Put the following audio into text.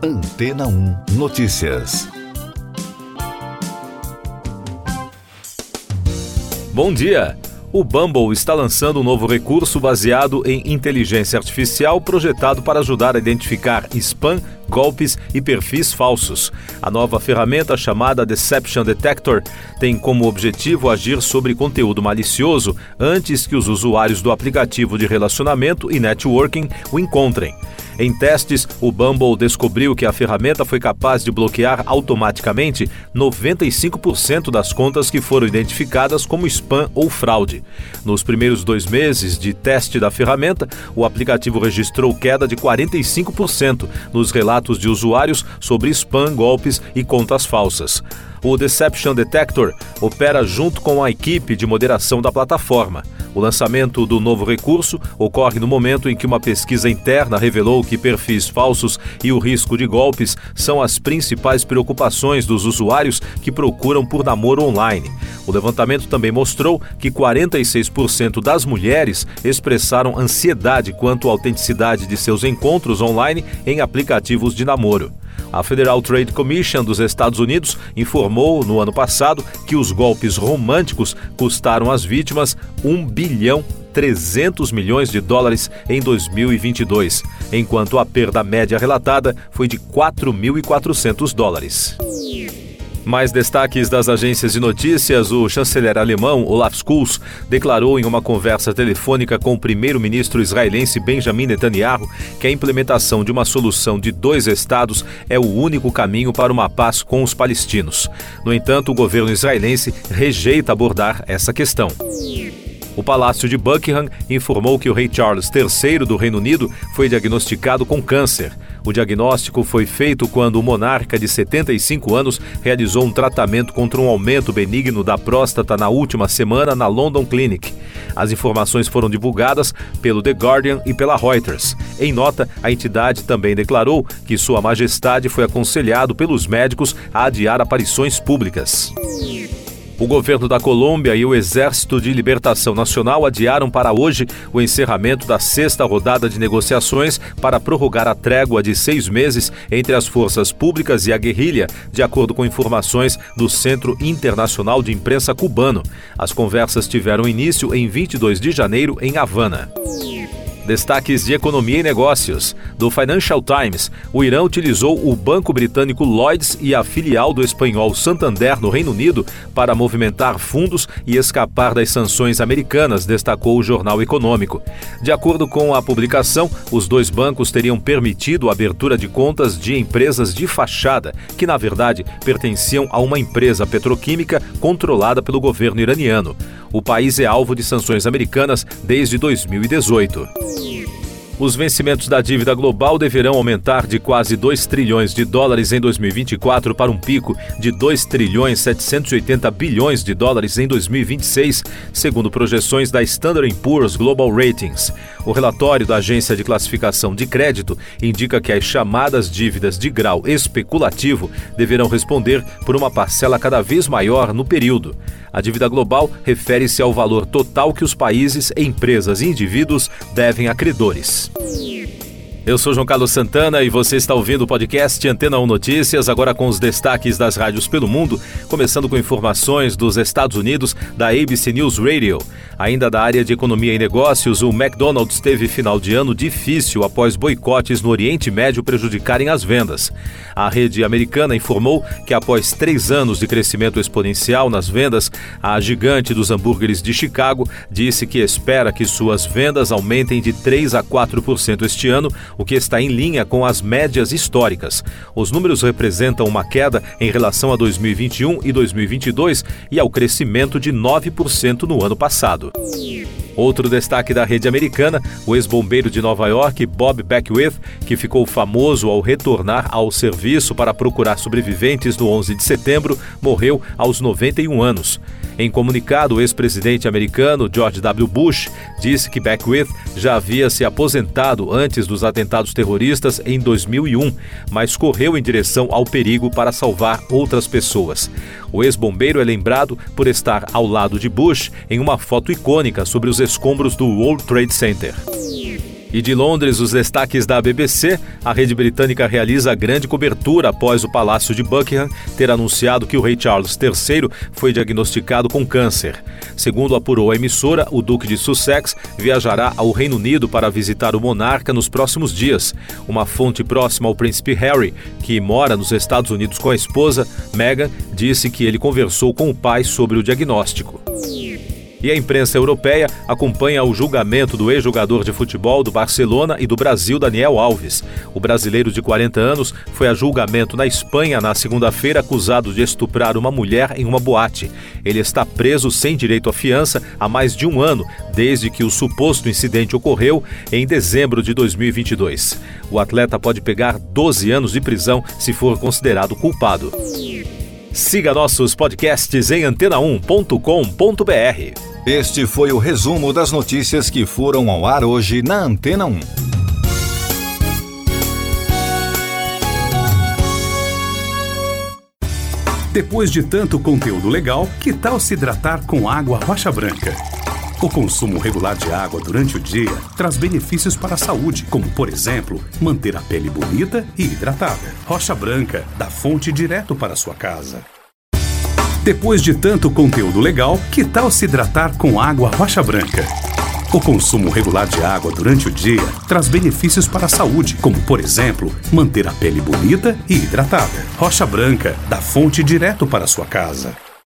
Antena 1 Notícias. Bom dia! O Bumble está lançando um novo recurso baseado em inteligência artificial projetado para ajudar a identificar spam, golpes e perfis falsos. A nova ferramenta, chamada Deception Detector, tem como objetivo agir sobre conteúdo malicioso antes que os usuários do aplicativo de relacionamento e networking o encontrem. Em testes, o Bumble descobriu que a ferramenta foi capaz de bloquear automaticamente 95% das contas que foram identificadas como spam ou fraude. Nos primeiros 2 meses de teste da ferramenta, o aplicativo registrou queda de 45% nos relatos de usuários sobre spam, golpes e contas falsas. O Deception Detector opera junto com a equipe de moderação da plataforma. O lançamento do novo recurso ocorre no momento em que uma pesquisa interna revelou que perfis falsos e o risco de golpes são as principais preocupações dos usuários que procuram por namoro online. O levantamento também mostrou que 46% das mulheres expressaram ansiedade quanto à autenticidade de seus encontros online em aplicativos de namoro. A Federal Trade Commission dos Estados Unidos informou no ano passado que os golpes românticos custaram às vítimas $1,3 bilhão em 2022, enquanto a perda média relatada foi de $4.400. Mais destaques das agências de notícias: o chanceler alemão Olaf Scholz declarou em uma conversa telefônica com o primeiro-ministro israelense Benjamin Netanyahu que a implementação de uma solução de 2 estados é o único caminho para uma paz com os palestinos. No entanto, o governo israelense rejeita abordar essa questão. O Palácio de Buckingham informou que o rei Charles III do Reino Unido foi diagnosticado com câncer. O diagnóstico foi feito quando o monarca de 75 anos realizou um tratamento contra um aumento benigno da próstata na última semana na London Clinic. As informações foram divulgadas pelo The Guardian e pela Reuters. Em nota, a entidade também declarou que Sua Majestade foi aconselhado pelos médicos a adiar aparições públicas. O governo da Colômbia e o Exército de Libertação Nacional adiaram para hoje o encerramento da 6ª rodada de negociações para prorrogar a trégua de 6 meses entre as forças públicas e a guerrilha, de acordo com informações do Centro Internacional de Imprensa cubano. As conversas tiveram início em 22 de janeiro em Havana. Destaques de economia e negócios. Do Financial Times, o Irã utilizou o banco britânico Lloyds e a filial do espanhol Santander no Reino Unido para movimentar fundos e escapar das sanções americanas, destacou o jornal econômico. De acordo com a publicação, os 2 bancos teriam permitido a abertura de contas de empresas de fachada, que na verdade pertenciam a uma empresa petroquímica controlada pelo governo iraniano. O país é alvo de sanções americanas desde 2018. Os vencimentos da dívida global deverão aumentar de quase $2 trilhões em 2024 para um pico de $2,780 bilhões em 2026, segundo projeções da Standard & Poor's Global Ratings. O relatório da agência de classificação de crédito indica que as chamadas dívidas de grau especulativo deverão responder por uma parcela cada vez maior no período. A dívida global refere-se ao valor total que os países, empresas e indivíduos devem a credores. Eu sou João Carlos Santana e você está ouvindo o podcast Antena 1 Notícias, agora com os destaques das rádios pelo mundo, começando com informações dos Estados Unidos da ABC News Radio. Ainda da área de economia e negócios, o McDonald's teve final de ano difícil após boicotes no Oriente Médio prejudicarem as vendas. A rede americana informou que após 3 anos de crescimento exponencial nas vendas, a gigante dos hambúrgueres de Chicago disse que espera que suas vendas aumentem de 3 a 4% este ano, o que está em linha com as médias históricas. Os números representam uma queda em relação a 2021 e 2022 e ao crescimento de 9% no ano passado. Outro destaque da rede americana, o ex-bombeiro de Nova York, Bob Beckwith, que ficou famoso ao retornar ao serviço para procurar sobreviventes no 11 de setembro, morreu aos 91 anos. Em comunicado, o ex-presidente americano George W. Bush disse que Beckwith já havia se aposentado antes dos atentados terroristas em 2001, mas correu em direção ao perigo para salvar outras pessoas. O ex-bombeiro é lembrado por estar ao lado de Bush em uma foto icônica sobre os escombros do World Trade Center. E de Londres, os destaques da BBC. A rede britânica realiza grande cobertura após o Palácio de Buckingham ter anunciado que o rei Charles III foi diagnosticado com câncer. Segundo apurou a emissora, o Duque de Sussex viajará ao Reino Unido para visitar o monarca nos próximos dias. Uma fonte próxima ao príncipe Harry, que mora nos Estados Unidos com a esposa, Meghan, disse que ele conversou com o pai sobre o diagnóstico. E a imprensa europeia acompanha o julgamento do ex-jogador de futebol do Barcelona e do Brasil, Daniel Alves. O brasileiro de 40 anos foi a julgamento na Espanha na segunda-feira acusado de estuprar uma mulher em uma boate. Ele está preso sem direito à fiança há mais de um ano, desde que o suposto incidente ocorreu em dezembro de 2022. O atleta pode pegar 12 anos de prisão se for considerado culpado. Siga nossos podcasts em antena1.com.br. Este foi o resumo das notícias que foram ao ar hoje na Antena 1. Depois de tanto conteúdo legal, que tal se hidratar com água Rocha Branca? O consumo regular de água durante o dia traz benefícios para a saúde, como, por exemplo, manter a pele bonita e hidratada. Rocha Branca, da fonte direto para a sua casa. Depois de tanto conteúdo legal, que tal se hidratar com água Rocha Branca? O consumo regular de água durante o dia traz benefícios para a saúde, como, por exemplo, manter a pele bonita e hidratada. Rocha Branca, da fonte direto para a sua casa.